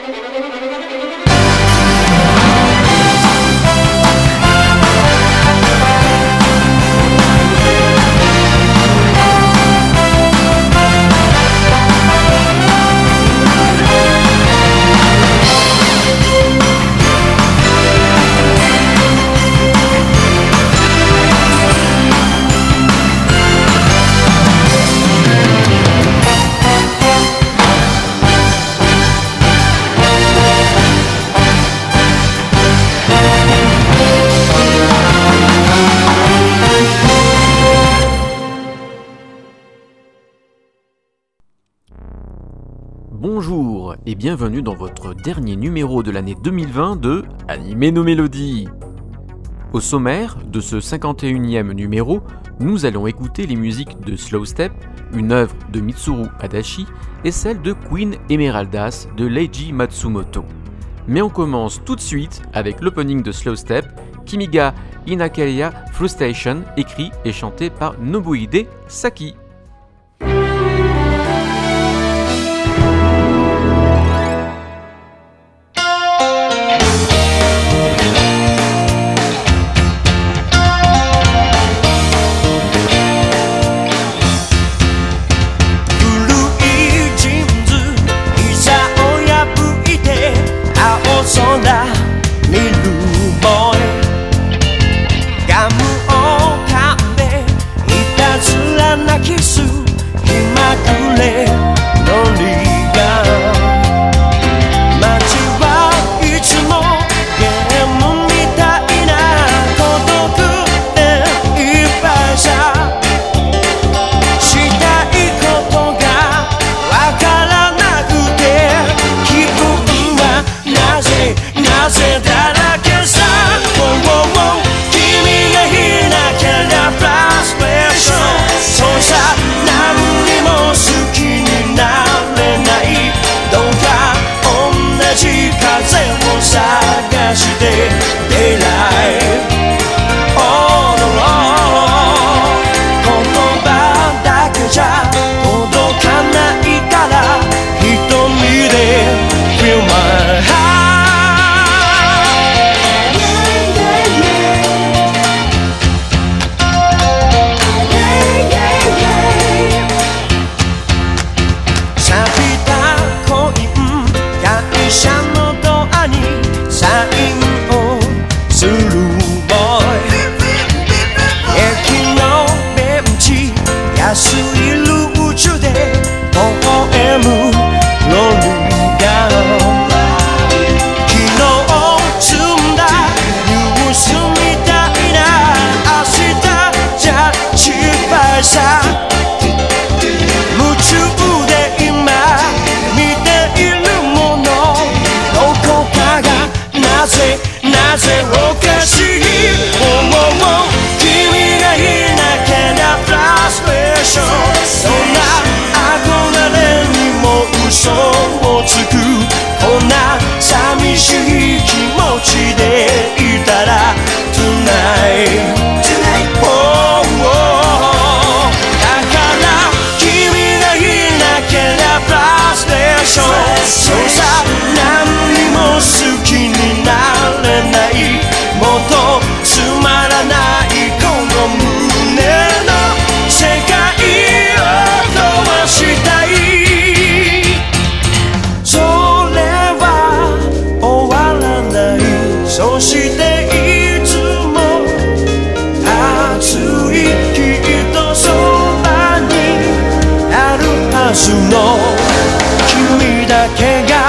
Bonjour et bienvenue dans votre dernier numéro de l'année 2020 de Animer nos mélodies. Au sommaire de ce 51e numéro, nous allons écouter les musiques de Slow Step, une œuvre de Mitsuru Adachi, et celle de Queen Emeraldas de Leiji Matsumoto. Mais on commence tout de suite avec l'opening de Slow Step, Kimiga Inakeya Frustration, écrit et chanté par Nobuhide Saki. 君だけが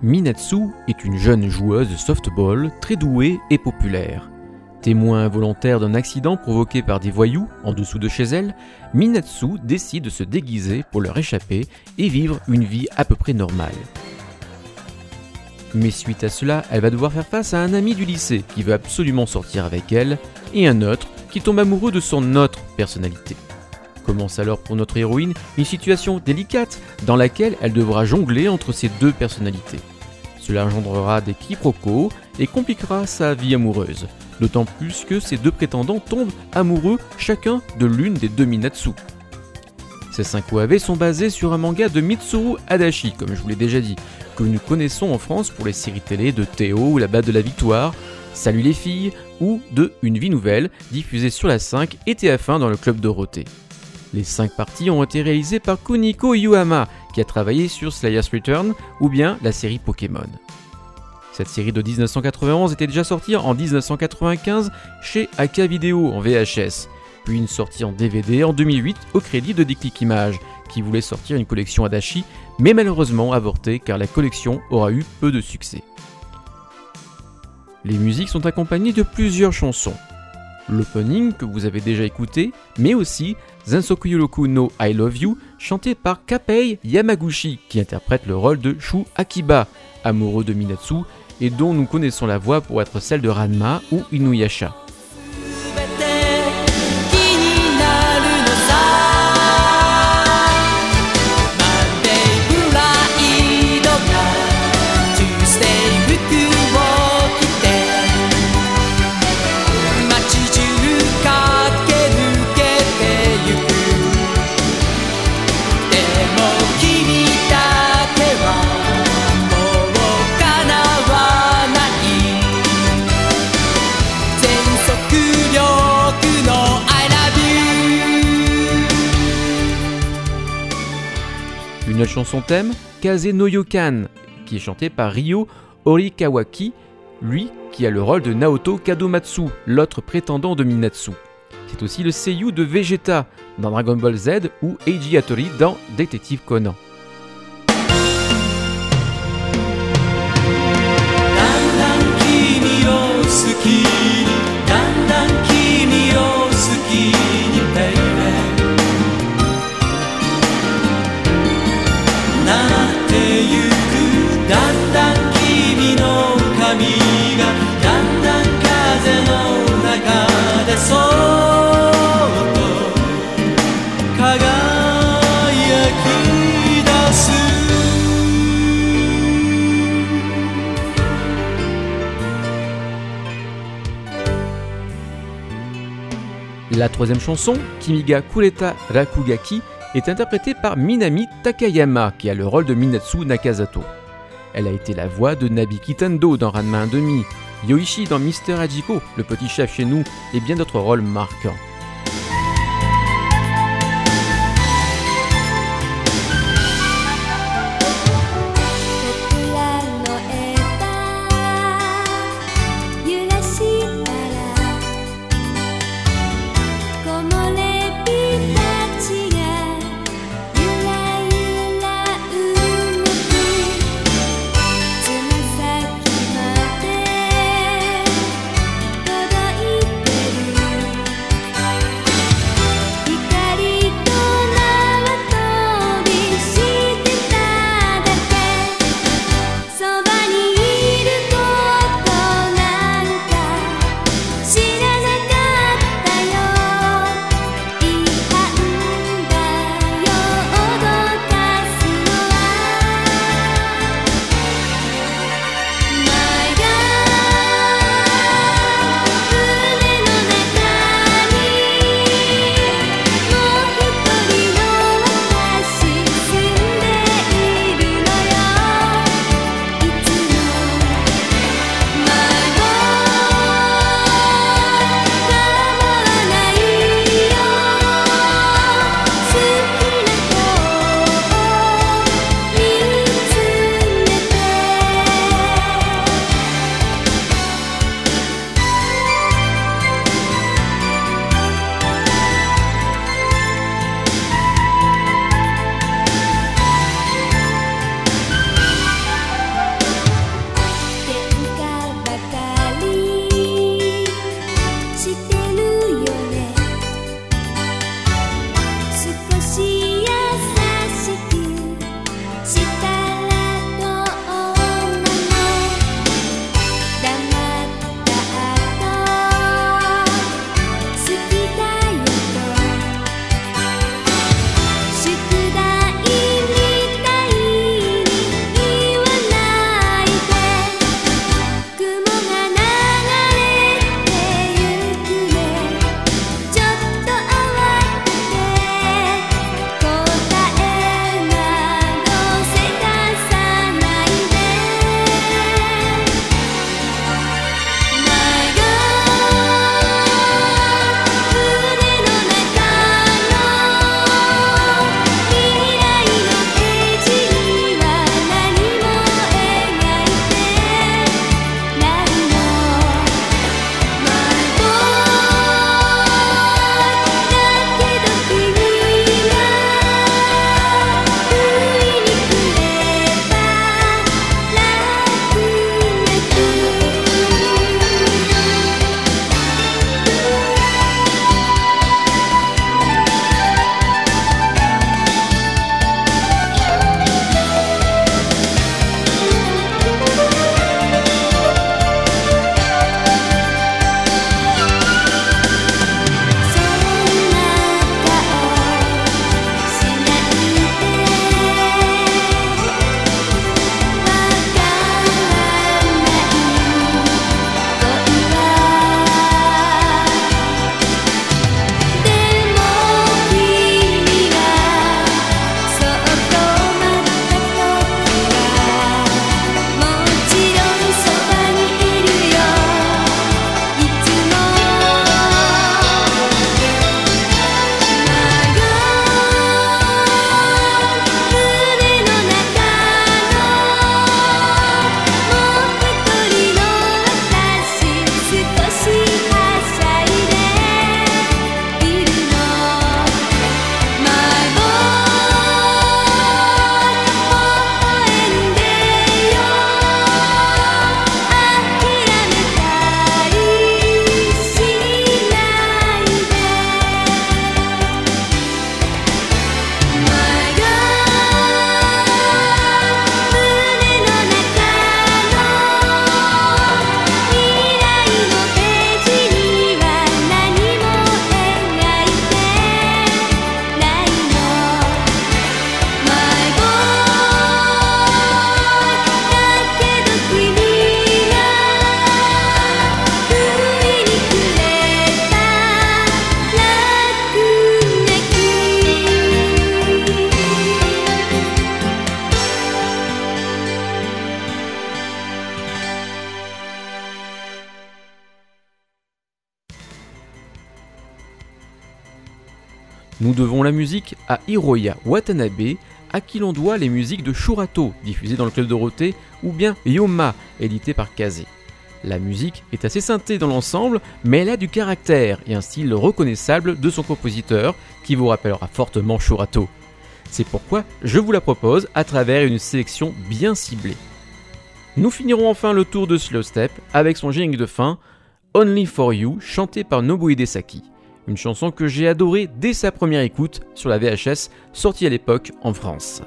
Minatsu est une jeune joueuse de softball très douée et populaire. Témoin involontaire d'un accident provoqué par des voyous en dessous de chez elle, Minatsu décide de se déguiser pour leur échapper et vivre une vie à peu près normale. Mais suite à cela, elle va devoir faire face à un ami du lycée qui veut absolument sortir avec elle et un autre qui tombe amoureux de son autre personnalité. Commence alors pour notre héroïne une situation délicate dans laquelle elle devra jongler entre ces deux personnalités. Cela engendrera des quiproquos et compliquera sa vie amoureuse, d'autant plus que ces deux prétendants tombent amoureux chacun de l'une des deux Minatsu. Ces 5 OAV sont basés sur un manga de Mitsuru Adachi, comme je vous l'ai déjà dit, que nous connaissons en France pour les séries télé de Théo ou La Batte de la Victoire, Salut les filles ou de Une vie nouvelle, diffusée sur la 5 et TF1 dans le Club Dorothée. Les 5 parties ont été réalisées par Kuniko Yuhama, qui a travaillé sur Slayer's Return ou bien la série Pokémon. Cette série de 1991 était déjà sortie en 1995 chez Aka Video en VHS, puis une sortie en DVD en 2008 au crédit de Déclic Images, qui voulait sortir une collection Adachi, mais malheureusement avortée car la collection aura eu peu de succès. Les musiques sont accompagnées de plusieurs chansons. L'opening que vous avez déjà écouté, mais aussi Zansoku Yoroku no I Love You, chanté par Kappei Yamaguchi, qui interprète le rôle de Shu Akiba, amoureux de Minatsu, et dont nous connaissons la voix pour être celle de Ranma ou Inuyasha. Une autre chanson thème, Kaze no Yokan, qui est chantée par Ryo Horikawaki, lui qui a le rôle de Naoto Kadomatsu, l'autre prétendant de Minatsu. C'est aussi le seiyuu de Vegeta dans Dragon Ball Z ou Eiji Hattori dans Détective Conan. La troisième chanson, Kimiga Kureta Rakugaki, est interprétée par Minami Takayama, qui a le rôle de Minatsu Nakazato. Elle a été la voix de Nabi Kitando dans Ranma 1/2, Yoichi dans Mr. Hachiko, le petit chef chez nous, et bien d'autres rôles marquants. Nous devons la musique à Hiroya Watanabe, à qui l'on doit les musiques de Shurato, diffusées dans le Club Dorothée, ou bien Yoma, édité par Kazé. La musique est assez synthée dans l'ensemble, mais elle a du caractère et un style reconnaissable de son compositeur, qui vous rappellera fortement Shurato. C'est pourquoi je vous la propose à travers une sélection bien ciblée. Nous finirons enfin le tour de Slow Step avec son générique de fin, Only for You, chanté par Nobuhide Saki. Une chanson que j'ai adorée dès sa première écoute sur la VHS sortie à l'époque en France.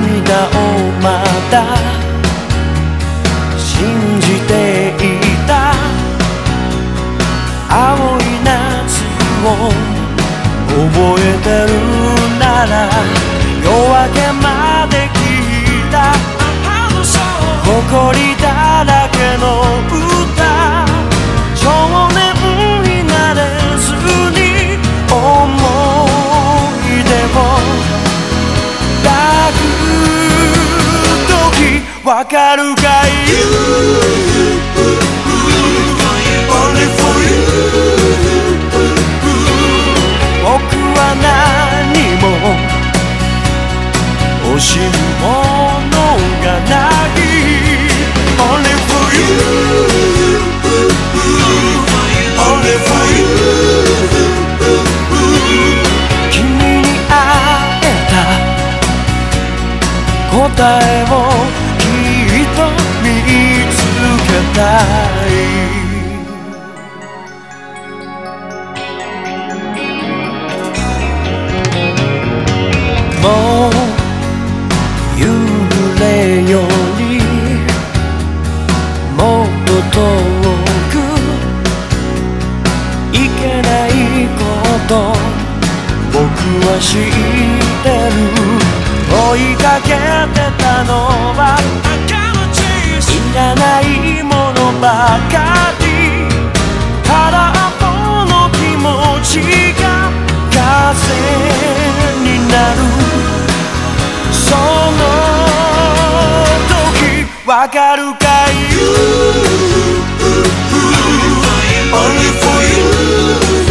涙をまた信じていた青い夏を覚えてるなら夜明けまで聞いた誇りだらけの歌少年になれずに思い出を抱く時わかるかい Only for you 僕は何も惜しむものがない Only for you Only for you 君に会えた答えをきっと見つけたいもう夕暮れよりもっと遠く行けないこと僕は知ってる追いかけてたのはいらないものばかり空っぽの気持ちが風になるその時わかるかい Only for you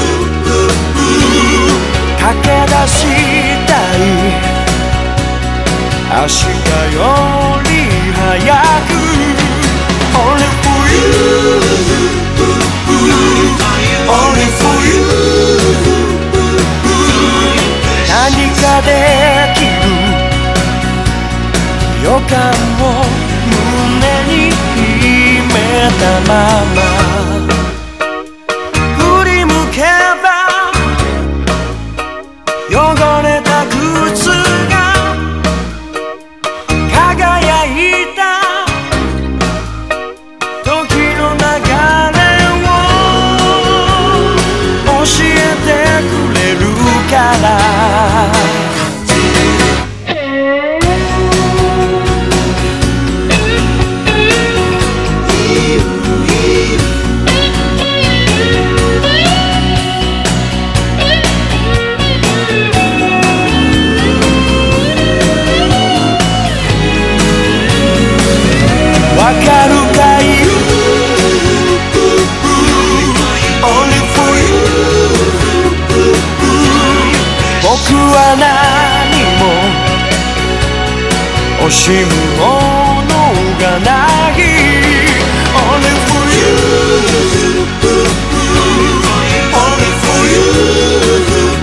駆け出したい明日より早く Only for you Only for you 何かできる予感を胸に秘めたまま振り向けば汚れた靴が輝いた時の流れを教えてくれるからわかるかい Only for you 僕は何も惜しむものがない Only for you Only for you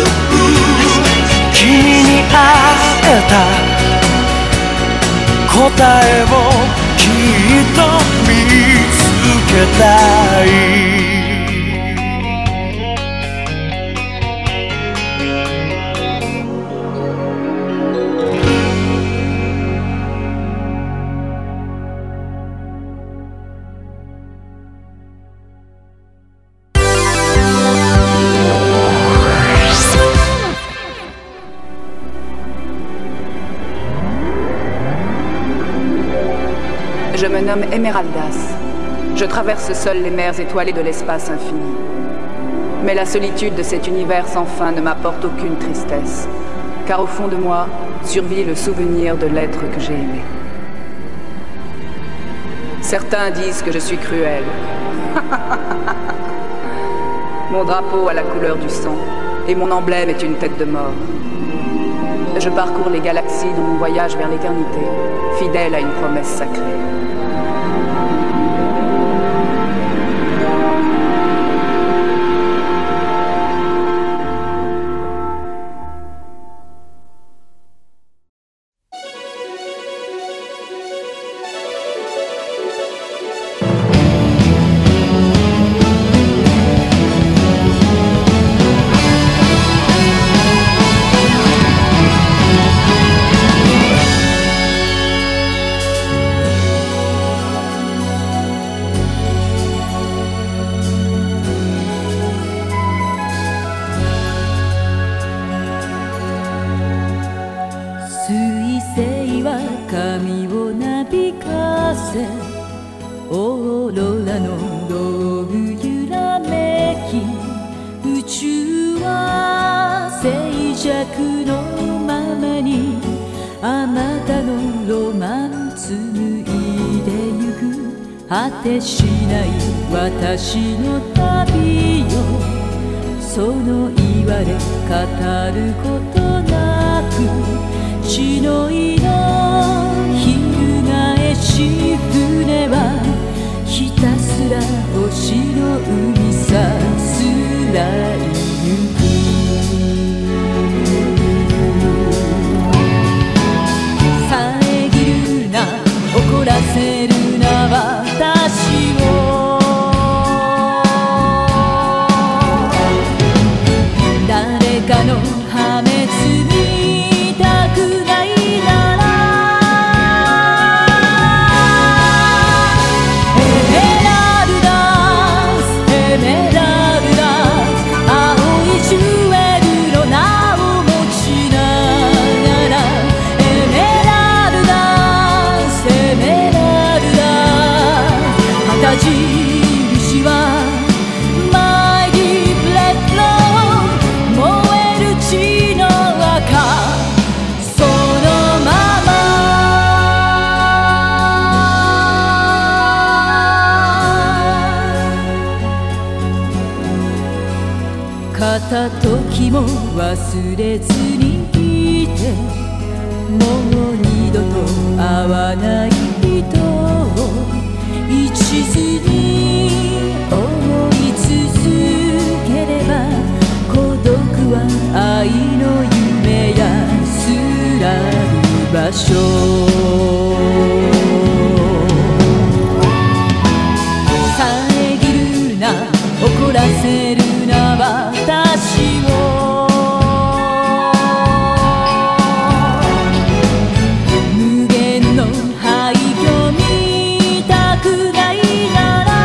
君に会えた答えをきっと見つけたい Je me nomme Emeraldas. Je traverse seul les mers étoilées de l'espace infini. Mais la solitude de cet univers sans fin ne m'apporte aucune tristesse, car au fond de moi survit le souvenir de l'être que j'ai aimé. Certains disent que je suis cruel. Mon drapeau a la couleur du sang, et mon emblème est une tête de mort. Je parcours les galaxies dans mon voyage vers l'éternité, fidèle à une promesse sacrée. せオーロラの道具揺らめき宇宙は静寂のままにあまたのロマン紡いでゆく果てしない私の旅よその言われ語ることなく血の色翻し船はひたすら星の海さすらいゆく遮るな怒らせるな私を誰かの破滅見たくないなら印はマイディブレッド燃える血の赤そのまま片時も忘れずにいてもう二度と会わない人を一途に思い続ければ孤独は愛の夢安らぐ場所遮るな怒らせるな私を無限の廃墟見たくないなら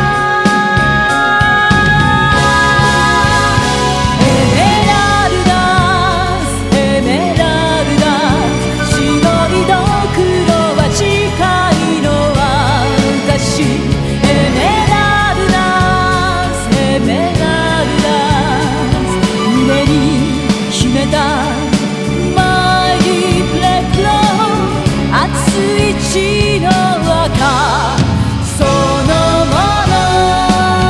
エメラルダスエメラルダス白いドクロは近いの証エメラルダスエメラルダス胸に秘めたマイディブレッド熱い血の赤そのもの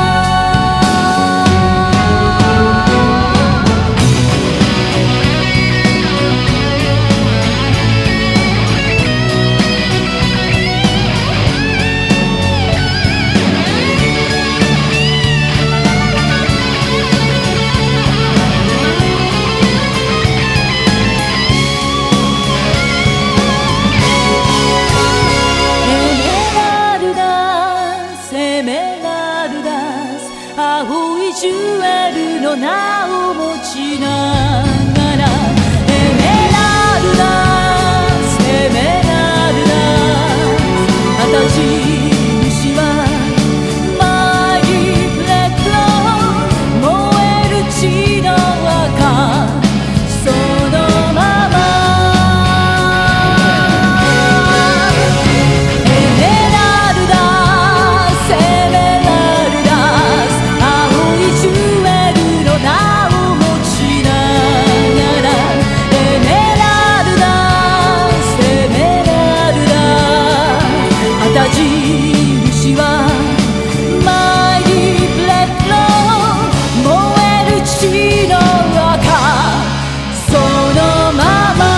ジュエルの名を持ちながらエメラルダスエメラルダス旗印はマイディブレッド燃える血の赤そのままエメラルダスエメラルダスジュエルの名を持ちながらエメラルダスエメラルダス旗印はマイディブレッド燃える血の赤そのまま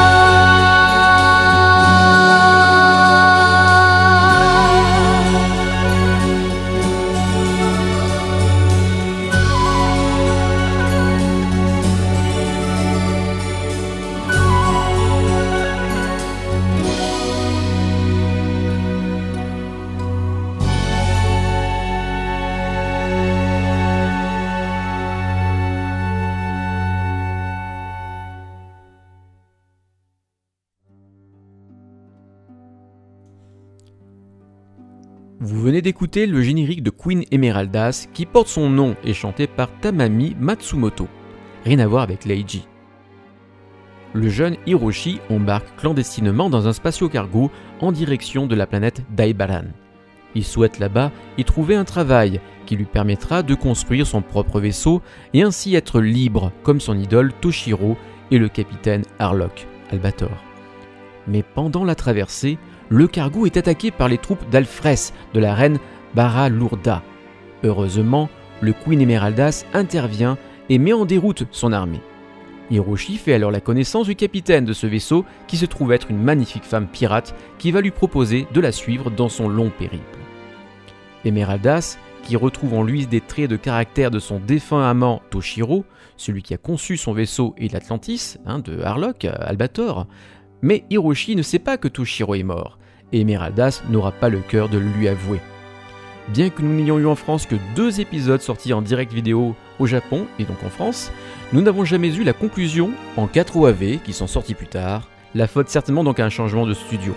Vous venez d'écouter le générique de Queen Emeraldas qui porte son nom et chanté par Tamami Matsumoto. Rien à voir avec Leiji. le jeune Hiroshi embarque clandestinement dans un spatio-cargo en direction de la planète Daibaran. Il souhaite là-bas y trouver un travail qui lui permettra de construire son propre vaisseau et ainsi être libre comme son idole Toshiro et le capitaine Harlock, Albator. Mais pendant la traversée, le cargo est attaqué par les troupes d'Alfrès de la reine Baralurda. Heureusement, le Queen Emeraldas intervient et met en déroute son armée. Hiroshi fait alors la connaissance du capitaine de ce vaisseau qui se trouve être une magnifique femme pirate qui va lui proposer de la suivre dans son long périple. Emeraldas, qui retrouve en lui des traits de caractère de son défunt amant Toshiro, celui qui a conçu son vaisseau et l'Atlantis, de Harlock, Albator, mais Hiroshi ne sait pas que Toshiro est mort, et Emeraldas n'aura pas le cœur de le lui avouer. Bien que nous n'ayons eu en France que 2 épisodes sortis en direct vidéo au Japon et donc en France, nous n'avons jamais eu la conclusion en 4 OAV qui sont sortis plus tard, la faute certainement donc à un changement de studio.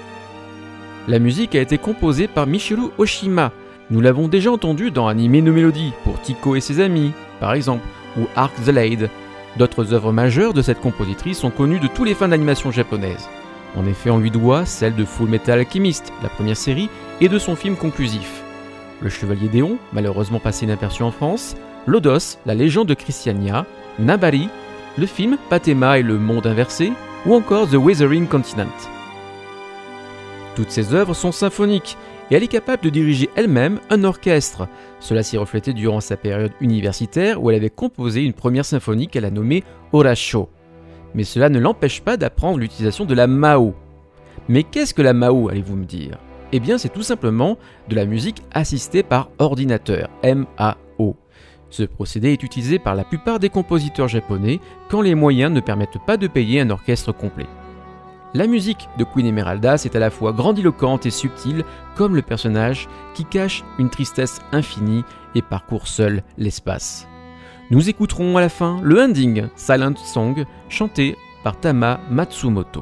La musique a été composée par Michiru Oshima. Nous l'avons déjà entendu dans Anime no Melody pour Tico et ses amis, par exemple, ou Arc the Lade. D'autres œuvres majeures de cette compositrice sont connues de tous les fans d'animation japonaise. En effet, on lui doit celle de Full Metal Alchemist, la première série, et de son film conclusif. Le Chevalier d'Éon, malheureusement passé inaperçu en France, Lodos, la légende de Christiania, Nabari, le film Patema et le monde inversé, ou encore The Weathering Continent. Toutes ces œuvres sont symphoniques, et elle est capable de diriger elle-même un orchestre. Cela s'est reflété durant sa période universitaire où elle avait composé une première symphonie qu'elle a nommée Horasho. Mais cela ne l'empêche pas d'apprendre l'utilisation de la Mao. Mais qu'est-ce que la Mao, allez-vous me dire ? Eh bien, c'est tout simplement de la musique assistée par ordinateur, MAO. Ce procédé est utilisé par la plupart des compositeurs japonais quand les moyens ne permettent pas de payer un orchestre complet. La musique de Queen Emeraldas est à la fois grandiloquente et subtile, comme le personnage qui cache une tristesse infinie et parcourt seul l'espace. Nous écouterons à la fin le ending Silent Song, chanté par Tama Matsumoto.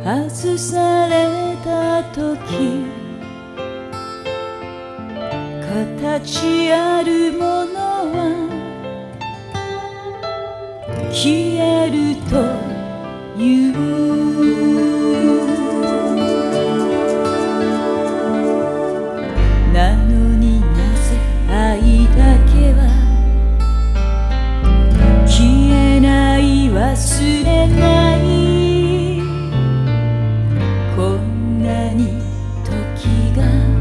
外された時形あるものは消えるというなのになぜ愛だけは消えない忘れないこんなに時が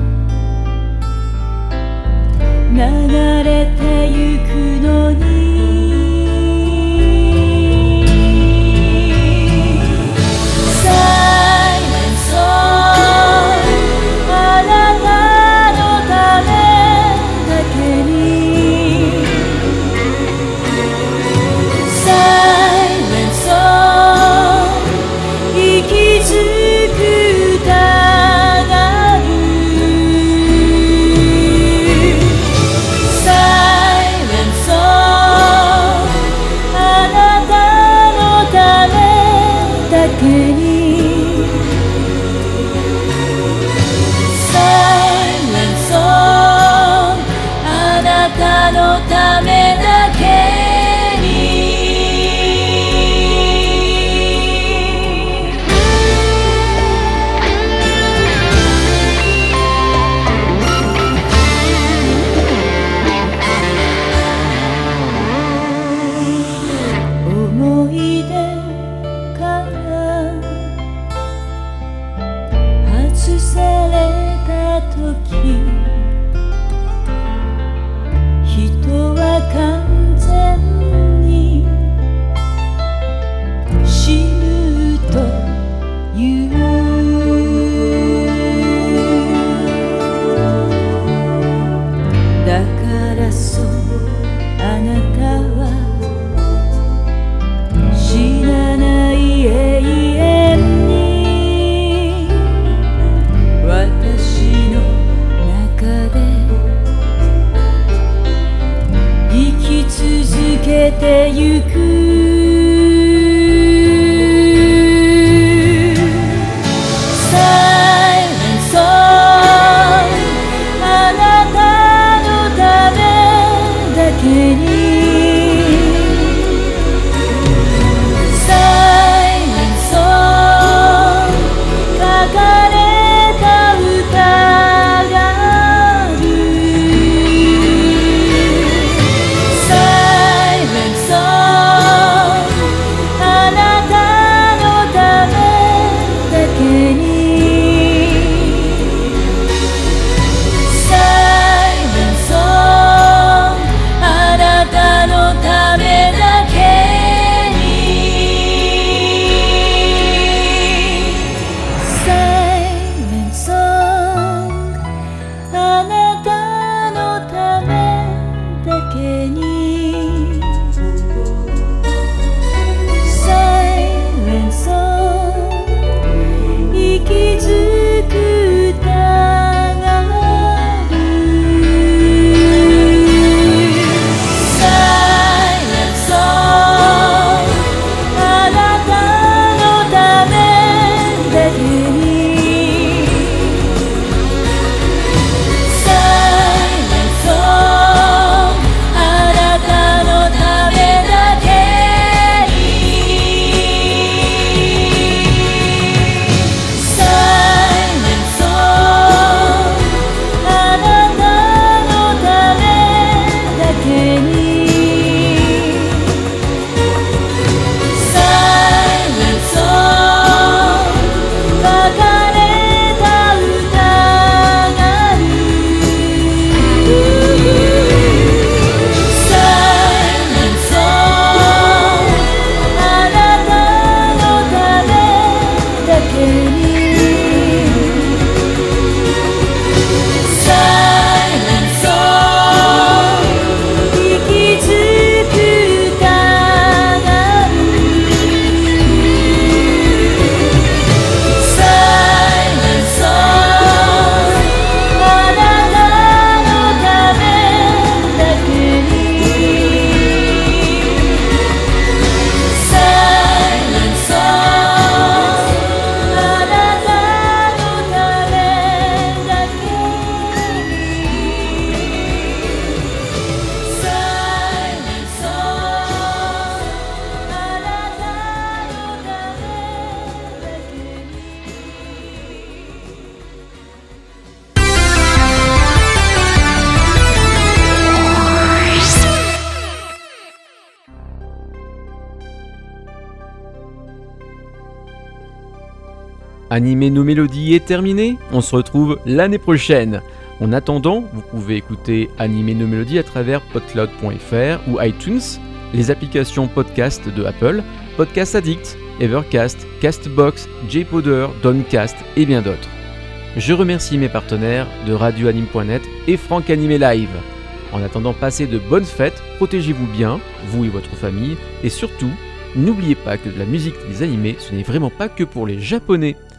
流れてゆくのに思い出から Animer nos mélodies est terminé, on se retrouve l'année prochaine. En attendant, vous pouvez écouter Animer nos mélodies à travers podcloud.fr ou iTunes, les applications podcast de Apple, Podcast Addict, Evercast, Castbox, Jpodder, Downcast et bien d'autres. Je remercie mes partenaires de radioanime.net et Franck Animé Live. En attendant, passez de bonnes fêtes, protégez-vous bien, vous et votre famille, et surtout, n'oubliez pas que de la musique des animés, ce n'est vraiment pas que pour les Japonais.